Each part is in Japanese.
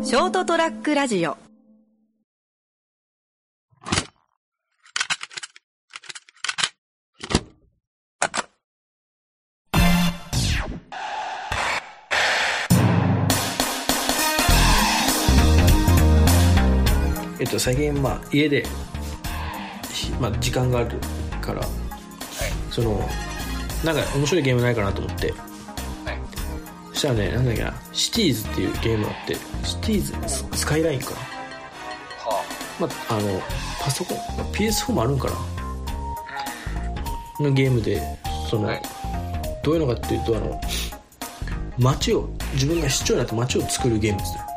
ショートトラックラジオ。 最近家で、時間があるから、なんか面白いゲームないかなと思って、そしたらね、なんだっけな、シティーズっていうゲームがあって、シティーズスカイラインかな、パソコン PS4 もあるんかなのゲームで、どういうのかっていうと、自分が市長になって街を作るゲームですね。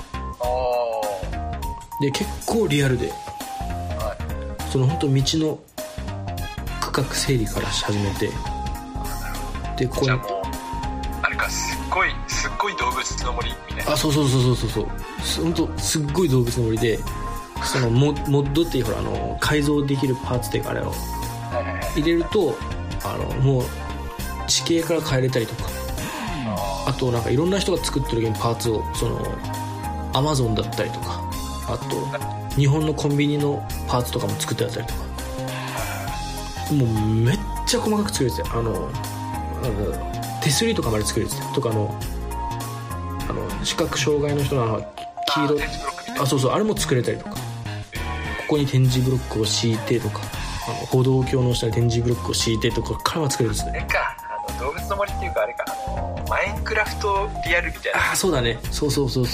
で結構リアルで、本当道の区画整理から始めて、でここにじゃあもうあれか、すっごい動物の森みたいな。 そう本当すっごい動物の森で、モッドっていう改造できるパーツっていうか、あれを入れるともう地形から変えれたりとか、あとなんかいろんな人が作ってるゲームパーツをアマゾンだったりとか、あと日本のコンビニのパーツとかも作ってあったりとか、もうめっちゃ細かく作れてて、手すりとかまで作れててとか、視覚障害の人の黄色あれも作れたりとか、ここに展示ブロックを敷いてとか、歩道橋の下に展示ブロックを敷いてとかからは作れるんですね。 あれか、動物の森っていうか、あれか、マインクラフトリアルみたいな。 そうだね、そう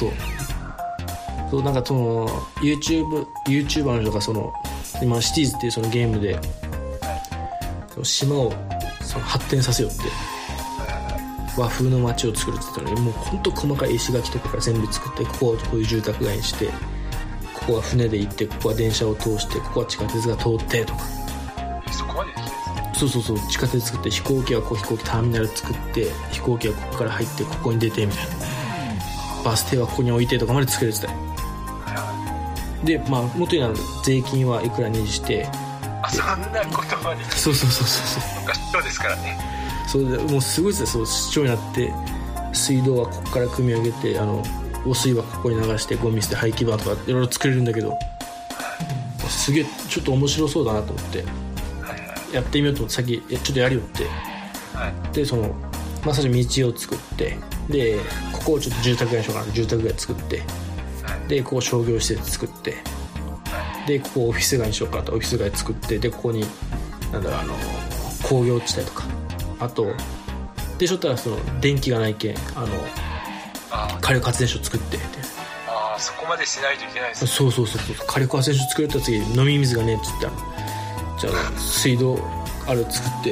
なんかYouTuber の人が今シティーズっていうゲームで、島を発展させようって、和風の街を作るって言ったのに、もう本当細かい石垣とかから全部作って、ここはこういう住宅街にして、ここは船で行って、ここは電車を通して、ここは地下鉄が通ってとか。 そこまでできるんですね。 そう地下鉄作って、飛行機は飛行機ターミナル作って、飛行機はここから入ってここに出てみたいな、バス停はここに置いてとかまで作れてたよ。で元になる税金はいくらにして、 そんなことまで。 そう市長ですからね。 そうでもうすごいですよ。市長になって水道はここから汲み上げて、汚水はここに流して、ゴミ捨て廃棄場とかいろいろ作れるんだけど、すげえちょっと面白そうだなと思って、やってみようと思って、先ちょっとやるよって、で最初道を作って、でここをちょっと住宅街にしようかな、住宅街作って、でここ商業施設作って、でここオフィス街にしようかと、オフィス街作って、でここに工業地帯とか、あとでしょったら電気がないけん火力発電所作ってって。 そこまでしないといけないですね。 そう火力発電所作ると次飲み水がねえっつって、じゃあ水道あれ作って、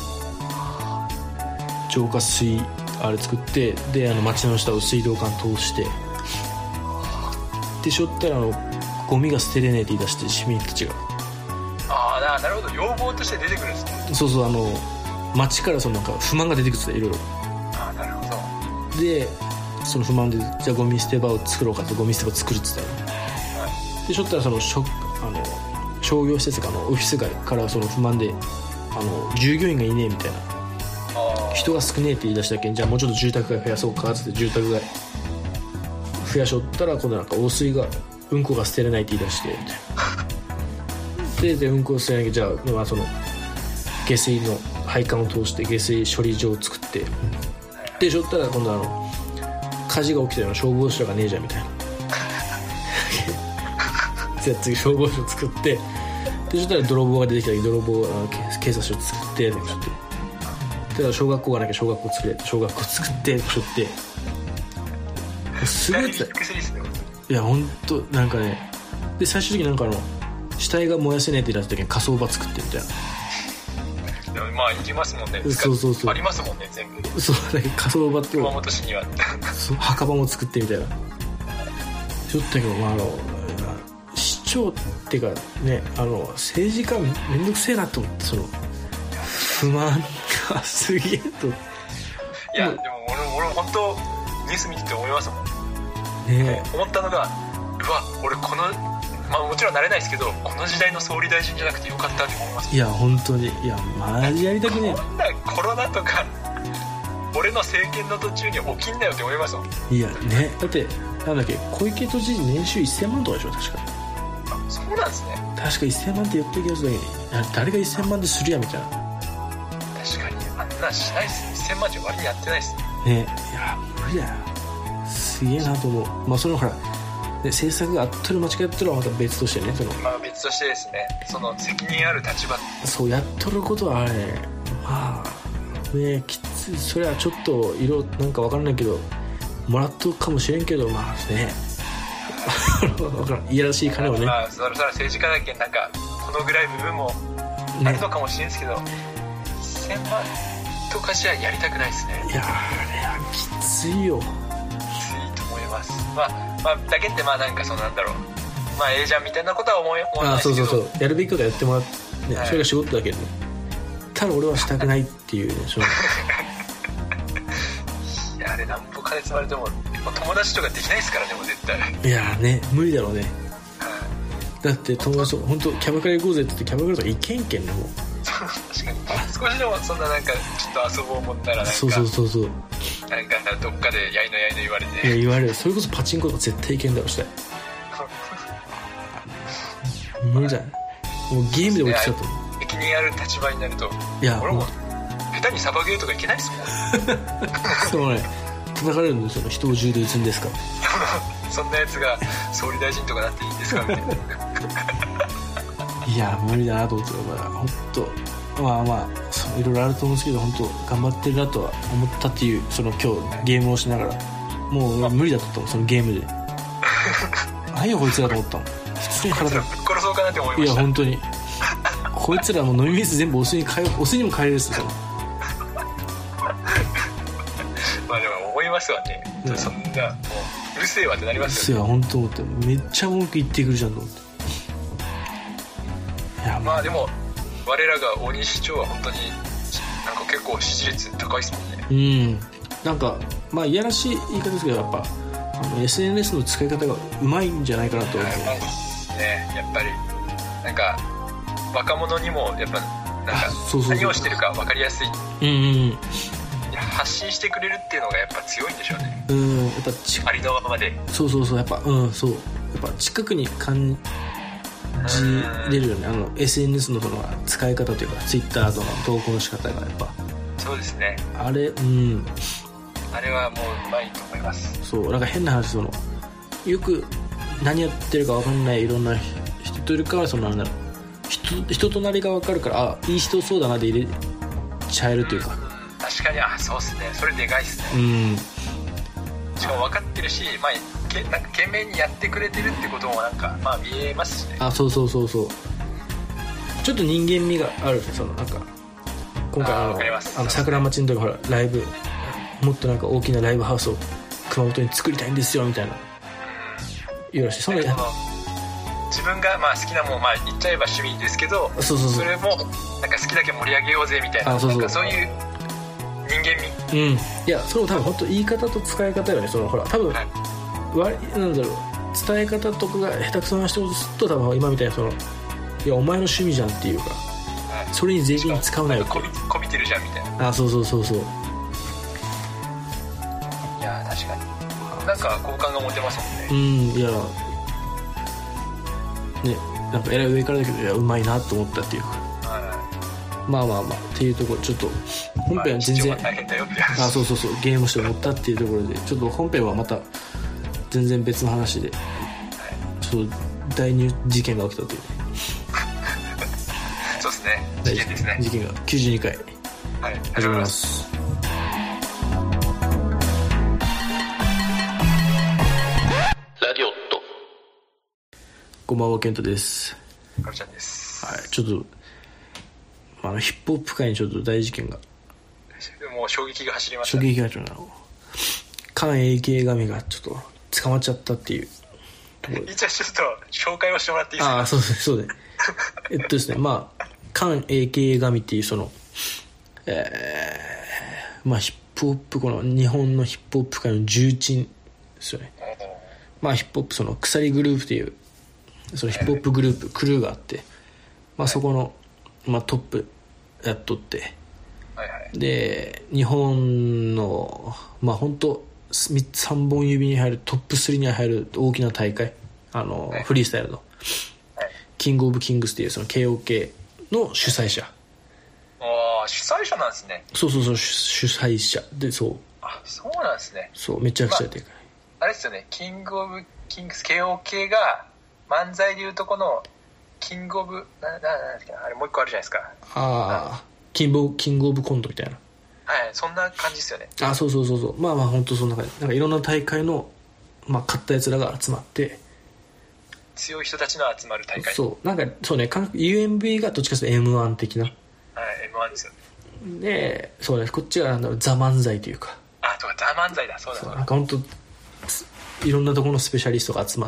浄化水あれ作って、で町の下を水道管通して、でしょったらゴミが捨てれねえって言い出して、市民たちがなるほど、要望として出てくるんですね。 町からなんか不満が出てくるんですよ、いろいろ。 なるほど。 でその不満で、じゃあゴミ捨て場を作ろうかって、ゴミ捨て場作るって言ったら、でしょったら商業施設かオフィス街から不満で従業員がいねえみたいな、人が少ねえって言い出したけん、じゃあもうちょっと住宅街増やそうかって住宅街増やしょったら、今度なんか汚水がうんこが捨てれないって言い出してみたいな。でうんこを捨てなきゃ、じゃあ下水の配管を通して下水処理場を作って、でしょったら今度火事が起きたような消防車がねえじゃんみたいなじゃあ次消防署作って、でしょったら泥棒が出てきたら泥棒警察署作って、で小学校がなきゃ小学校作れ、小学校作ってしょって、すごいっていや本当なんかね。で最終的に死体が燃やせねえって言った時に火葬場作ってみたいな。 でもいりますもんね。 そうありますもんね、全部。 そうだけど火葬場って熊本市には墓場も作ってみたいな。ちょっとだけど市長っていうかね、政治家めんどくせえなと思って、不満がすげえと。 いやでも俺本当ニュース見てて思いますもんね。 思ったのが、俺もちろんなれないですけど、この時代の総理大臣じゃなくてよかったって思います。 いや本当に、いやマジやりたくねえ。 こんなコロナとか俺の政権の途中に起きんなよって思いますもん。 いやね、だってなんだっけ、小池都知事年収1000万とかでしょ確か。 あ、そうなんですね。 確か1000万って言った気がするだけど、誰が1000万でするやみたいな。 確かにあんなしないっす。1000万じゃ割にやってないっすね。いや無理だよ、すげえなと思う。まあそれほら、ね、政策があっとる間違ってるのはまた別としてね、そのまあ別としてですね、その責任ある立場、 そうやっとることはあれ、まあね、きつい。それはちょっと色なんか分からないけどもらっとくかもしれんけど、まあね分からん、いやらしい金をね、 まあそれは政治家だけなんかこのぐらい部分もあるのかもしれんですけど、ね、1000万とかじゃやりたくないですね。 いやあれはきついよ。 きついと思います。まあだけってまあなんかそうなんだろう、まあええじゃんみたいなことは思わないですけど、 そうやるべきことやってもらって、ね、はい、それが仕事だけどね。ただ俺はしたくないっていうねいやあれなんぼ金積まれても友達とかできないですからね、もう絶対。 いやね、無理だろうね、だって友達と本当キャバクラ行こうぜって言ってキャバクラとか行けんけんね、もう確かに少しでもそんななんかちょっと遊ぼう思ったらなんかそうなんかどっかでやいの言われて、 いや言われる。それこそパチンコとか絶対行けんだろして無理だよ、もうゲームで落ちちゃったもん。 責任ある立場になると、 いや俺も下手にサバゲーとかいけないっすもんそうね、叩かれるんですよ、人を銃で撃つんですかそんなやつが総理大臣とかなっていいんですかみたいな。 いや無理だなと思って、本当まあいろいろあると思うんですけど、本当頑張ってるなとは思ったっていう、その今日ゲームをしながらもう無理だったと思う、そのゲームで何やこいつらと思ったもん、普通に腹立ぶっ殺そうかなって思いました。 いや本当にこいつらもう飲み水全部お酢に変えれるっすよまあでも思いますわね、そんなもううるせえわってなりますよね。 うるせえわ本当思って、めっちゃ文句言ってくるじゃんと思って。いやまあでも我らが大西市長は本当になんか結構支持率高いですもんね。 うん、なんかまあいやらしい言い方ですけど、やっぱSNS の使い方がうまいんじゃないかなと思って。 うまいですね、やっぱりなんか若者にもやっぱなんか何をしてるか分かりやすい、発信してくれるっていうのがやっぱ強いんでしょうね。 やっぱありのままで、 そうやっぱそうやっぱ近くに感じれるよね、SNS のその使い方というか Twitter との投稿の仕方がやっぱそうですね、 あれあれはもううまいと思います。 そうなんか変な話、そのよく何やってるか分かんないいろんな人といるから、そのなんだろう、人となりが分かるから、あいい人そうだなで入れちゃえるというか、 確かにそうっすね、それでかいっすね。しかも分かってるし、まあなんか懸命にやってくれてるってこともなんかまあ見えますしね。 そうちょっと人間味がある。そのなんか今回桜町の時ほらライブ、もっとなんか大きなライブハウスを熊本に作りたいんですよみたいな言うらしい。そ自分がまあ好きなもん、まあ言っちゃえば趣味ですけど、それもなんか好きだけ盛り上げようぜみたいな、なんかそういう人間味。 いやそれも多分本当言い方と使い方よね。そのほら多分、なんだろう、伝え方とかが下手くそな人と多分今みたいなその、いやお前の趣味じゃんっていうか、それに税金使うなよって、 こびてるじゃんみたいな。 そういや確かになんか好感が持てますもんね。 いやね、なんかえらい上からだけど、いやうまいなと思ったっていうか、まあっていうところ、ちょっと本編は全然、 大変だよってそうゲームして思ったっていうところで、ちょっと本編はまた全然別の話で、ちょっと大事件が起きたというそうですね、事件ですね。 事件が92回始まります。ラディオット。こんばんは、ケントです。 かるちゃんです。 ちょっとヒップホップ界にちょっと大事件が、 もう衝撃が走りましたね。 衝撃が走るな。カン AK 神がちょっと捕まっちゃったっていうところで、 一応ちょっと紹介をしてもらっていいですか。 そうでですね、カン AK 神っていうそのヒップホップ、この日本のヒップホップ界の重鎮ですよね。ヒップホップ、その鎖グループっていうそのヒップホップグループ、クルーがあって、そこの、トップやっとって、 はいはい、 で日本のまあ本当3本指に入るトップ3に入る大きな大会、はい、フリースタイルの、はい、キングオブキングスっていうその KOK の主催者。 ああ、主催者なんですね。 そう主催者で、そう。 あ、そうなんですね。 そう、めちゃくちゃでかい。 あれですよね、キングオブキングス KOK が漫才でいうとこのキングオブなんだっけ、あれもう一個あるじゃないですか。 ああ、キングオブコントみたいな。 はい、そんな感じですよね。 あ、そう。まあ本当そんな感じ。なんかいろんな大会のまあ勝ったやつらが集まって。 強い人たちの集まる大会。 そうなんかそうね、UMB がどっちかというと M1 的な。はい、 M1 ですよね。 で、そうね、こっちがザ漫才というか。 あ、とかザ漫才だ、そうだ。そうなんか本当いろんなところのスペシャリストが集まって、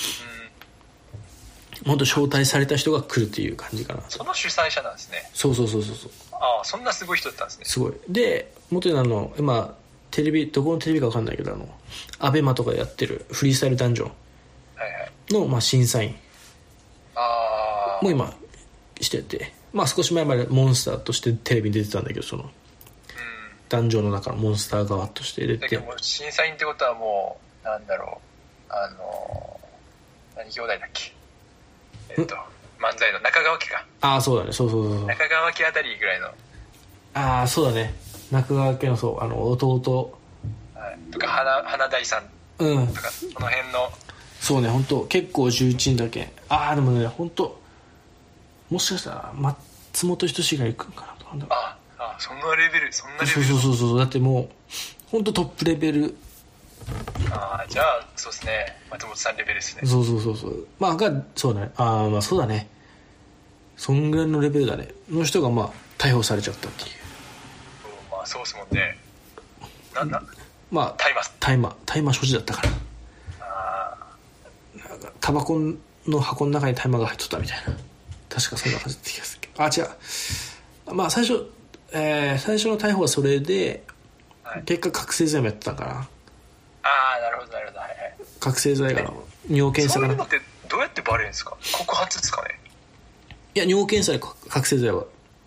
本当招待された人が来るっていう感じかな。 その主催者なんですね。 そう。 ああ、そんなすごい人だったんですね。 すごい。で、元に今テレビどこのテレビか分かんないけどアベマとかでやってるフリースタイルダンジョンの、まあ、審査員も今してて、まあ、少し前までモンスターとしてテレビに出てたんだけど、その、ダンジョンの中のモンスター側として出て。 だけどもう審査員ってことはもうなんだろう、何兄弟だっけ、漫才の中川家か。 ああ、そうだね、そう中川家あたりぐらいの。 ああ、そうだね、中川家のそう弟、 はい、とか花大さんとか、その辺の。 そうね、本当結構重鎮だけ。ああ、でもね、本当もしかしたら松本人志が行くんかなとか。 あ、そんなレベル。 そうだってもう本当トップレベル。 じゃあそうですね、松本さんレベルですね。 そうまあそうだね。まあそうだね、そんぐらいのレベルだねの人がまあ逮捕されちゃったっていう。 まあそうですもんね。 まあ大麻所持だったから。タバコの箱の中に大麻が入っとったみたいな、確かそんな感じだった気がするけど。違う、まあ最初の逮捕はそれで、はい、結果覚醒剤もやってたから。 なるほど、はい。 覚醒剤が尿検査が。 そういうのってどうやってバレるんですか？告発ですかね？ いや、尿検査で覚醒剤は。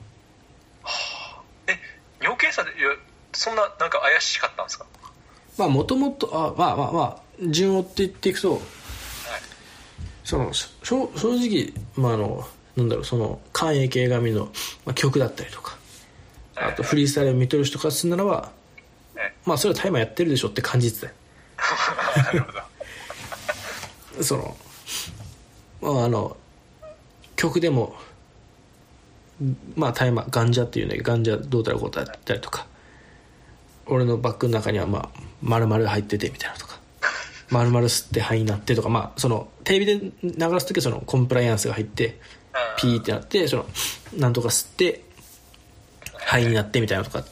尿検査でそんななんか怪しかったんですか？ まあもともとまあ順を追っていっていくと、はい、その正直、まあなんだろう、その関英系紙の、曲だったりとか、あとフリースタイルを見とる人からするならば、まあそれは大麻やってるでしょって感じてたよ。 なるほど。 その曲でもまあ大麻ガンジャっていうね、ガンジャどうだろうことやったりとか、俺のバッグの中にはまあ丸々入っててみたいなとか、丸々吸って肺になってとか、まあそのテレビで流すときはそのコンプライアンスが入ってピーってなって、そのなんとか吸って肺になってみたいなとか、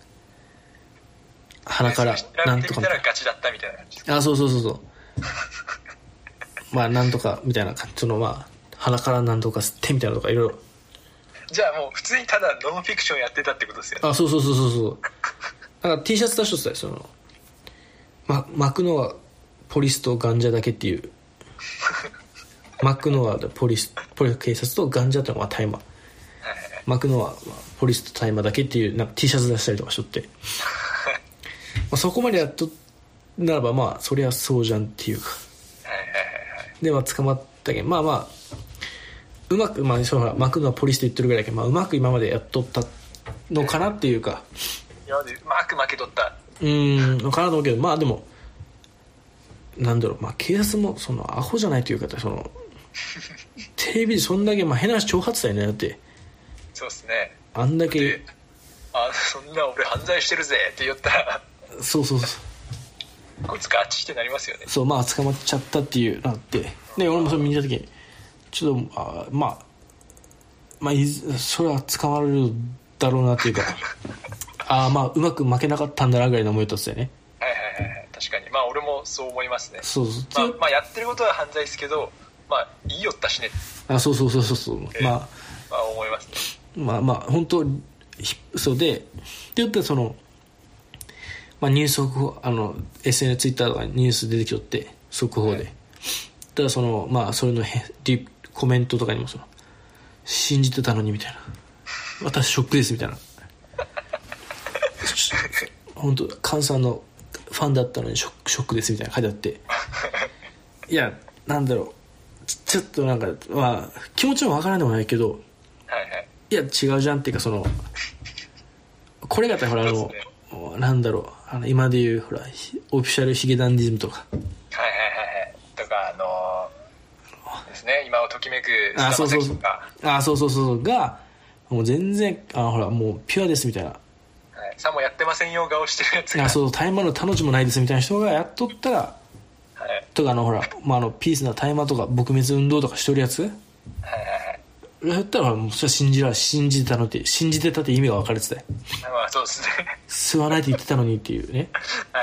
鼻からなんとかみたいな。 ガチだったみたいな感じ。 あ、そうまあなんとかみたいな感じ、そのまあ鼻からなんとか吸ってみたいなとかいろいろ。 じゃあもう普通にただノンフィクションやってたってことですよね。 あ、そうだから T シャツ出しとったよ、その巻くのはポリスとガンジャだけっていう。巻くのはポリ警察とガンジャってのは大麻、巻くのはポリスと大麻だけっていうなんか T シャツ出したりとかしとって、そこまでやっとならばまあそりゃそうじゃんっていうか。で捕まったけど、まあうまく、そう巻くのはポリスと言ってるぐらいだけど、うまく今までやっとったのかなっていうか、 今までうまく負けとったのかなと思うけど、まあでもなんだろう、警察もそのアホじゃないというか、そのテレビでそんだけ、変な話挑発だよね。だってそうですね、 あんだけそんな俺犯罪してるぜって言ったらそうこいつガチってなりますよね。 そう、捕まっちゃったっていうなって、で俺もそれ見た時にちょっとそれは捕まるだろうなっていうかうまく負けなかったんだなぐらいの思いとってたよね。 確かに俺もそう思いますね。 そうやってることは犯罪ですけど、言いよったしね。 そう思いますね。 本当そうで言ったらそのニュース速報、SNS ツイッターとかにニュース出てきとって速報で、ただそのそれのコメントとかにも信じてたのにみたいな、私ショックですみたいな本当カンさんのファンだったのにショックですみたいな書いてあっていやなんだろうちょっとなんかまあ気持ちもわからんでもないけど、 はいはい、 いや違うじゃんっていうかそのこれがほらなんだろう今でいうほらオフィシャルヒゲダンディズムとかはいはいはいはいとかですね今をときめく菅田将暉とかそうがもう全然ほらもうピュアですみたいな、 さもやってませんよ顔してるやつがそう大麻の他の字もないですみたいな人がやっとったら、とかほら、ピースな大麻とか撲滅運動とかしてるやつ、やったらもうそれは信じてたって意味が分かれてたよ。 まあそうですね吸わないって言ってたのにっていうね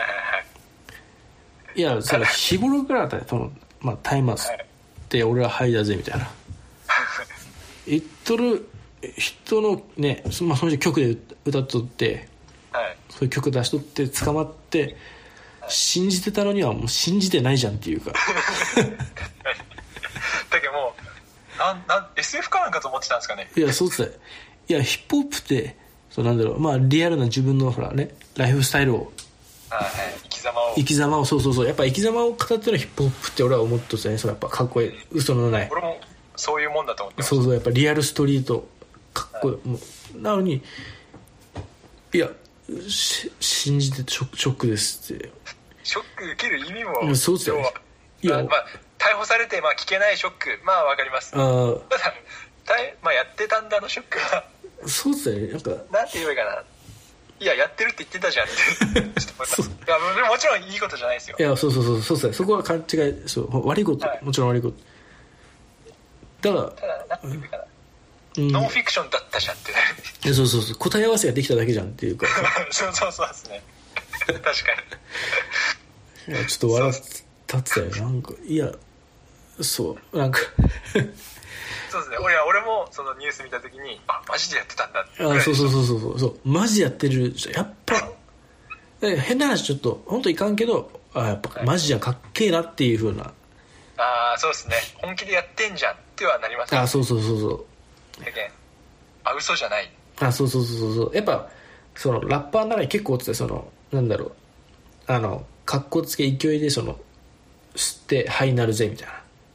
いやそれ日頃からだったら大麻吸って俺はハイだぜみたいな言っとる人のねその人曲で歌っとって、そういう曲出しとって捕まって、信じてたのにはもう信じてないじゃんっていうかだけどもうSF かなんかと思ってたんですかね。 いやそうですね。いやヒップホップってなんだろうリアルな自分のほらねライフスタイルを、生き様をそうやっぱ生き様を語ってるのヒップホップって俺は思っとったね。それやっぱかっこいい嘘のない俺もそういうもんだと思ってました。 そうやっぱリアルストリートかっこいい、なのにいや信じてショックですってショック受ける意味もそうですよ、ね、 いや逮捕されて聞けないショックわかります。ただやってたんだのショックはそうですね。なんて言えばいいかな。いややってるって言ってたじゃんっていやもちろんいいことじゃないですよ。 いやそうですね。そこは勘違い悪いこと、もちろん悪いことただなんて言うかな、ノンフィクションだったじゃんってなる。そう答え合わせができただけじゃんっていうかそうですね確かにいやちょっと笑ったってたよ。なんかいやそうなんかそうですね。俺もそのニュース見た時にマジでやってたんだってそうマジでやってるやっぱ変な話ちょっと本当いかんけどやっぱマジじゃかっけえなっていう風なそうですね。本気でやってんじゃんってはなりますね。 そう嘘じゃない。 そうやっぱそのラッパーの中に結構ってなんだろうかっこつけ勢いで吸ってハイになるぜみたいな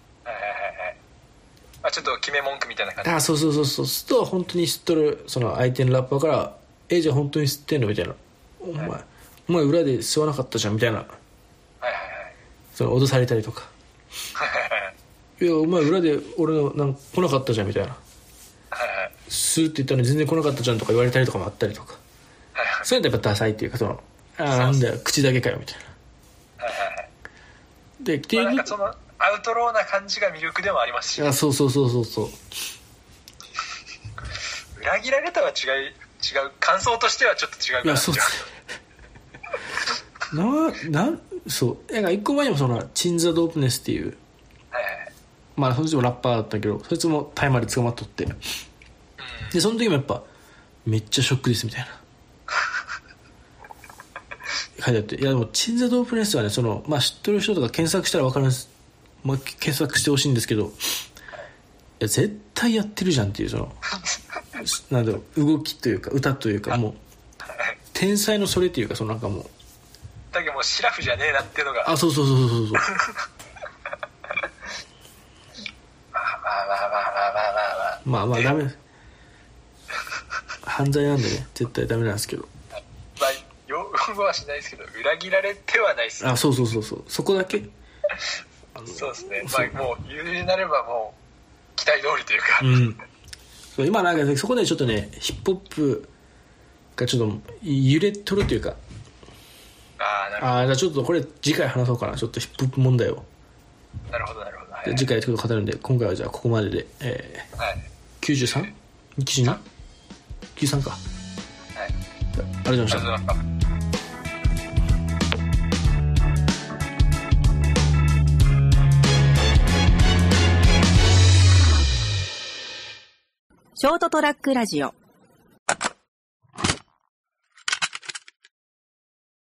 ちょっと決め文句みたいな感じ。 そうすると本当に吸っとる相手のラッパーからじゃあ本当に吸ってんのみたいな、お前裏で吸わなかったじゃんみたいな、脅されたりとかいやお前裏で俺の来なかったじゃんみたいな、吸うって言ったのに全然来なかったじゃんとか言われたりとかもあったりとか、そういうのやっぱダサいっていうかなんだよ口だけかよみたいな、でっていうそのアウトローな感じが魅力でもありますし、 そう裏切られたは違う感想としてはちょっと違うかな。 そう一個前にもチンザドープネスっていう、その時もラッパーだったけどそいつもタイマーで捕まっとって、でその時もやっぱめっちゃショックですみたいな書いてあって、いやでもチンザドープネスはね知ってる人とか検索したら分かるんです、検索してほしいんですけど、いや絶対やってるじゃんっていうなんだろう動きというか歌というかもう天才のそれっていうかなんかもうだけどもうシラフじゃねえなっていうのがそうまあダメ犯罪なんでね絶対ダメなんですけど、 擁護はしないですけど裏切られてはないですね。 そうそこだけそうですね。もう言うなればもう期待通りというか、 今そこでちょっとねヒップホップがちょっと揺れとるというか、 なるほど。 じゃあちょっとこれ次回話そうかな、ちょっとヒップホップ問題を。 なるほど、 次回ちょっと語るんで今回はじゃあここまでで、93？ 92？ 93か。ありがとうございました。 ショートトラックラジオ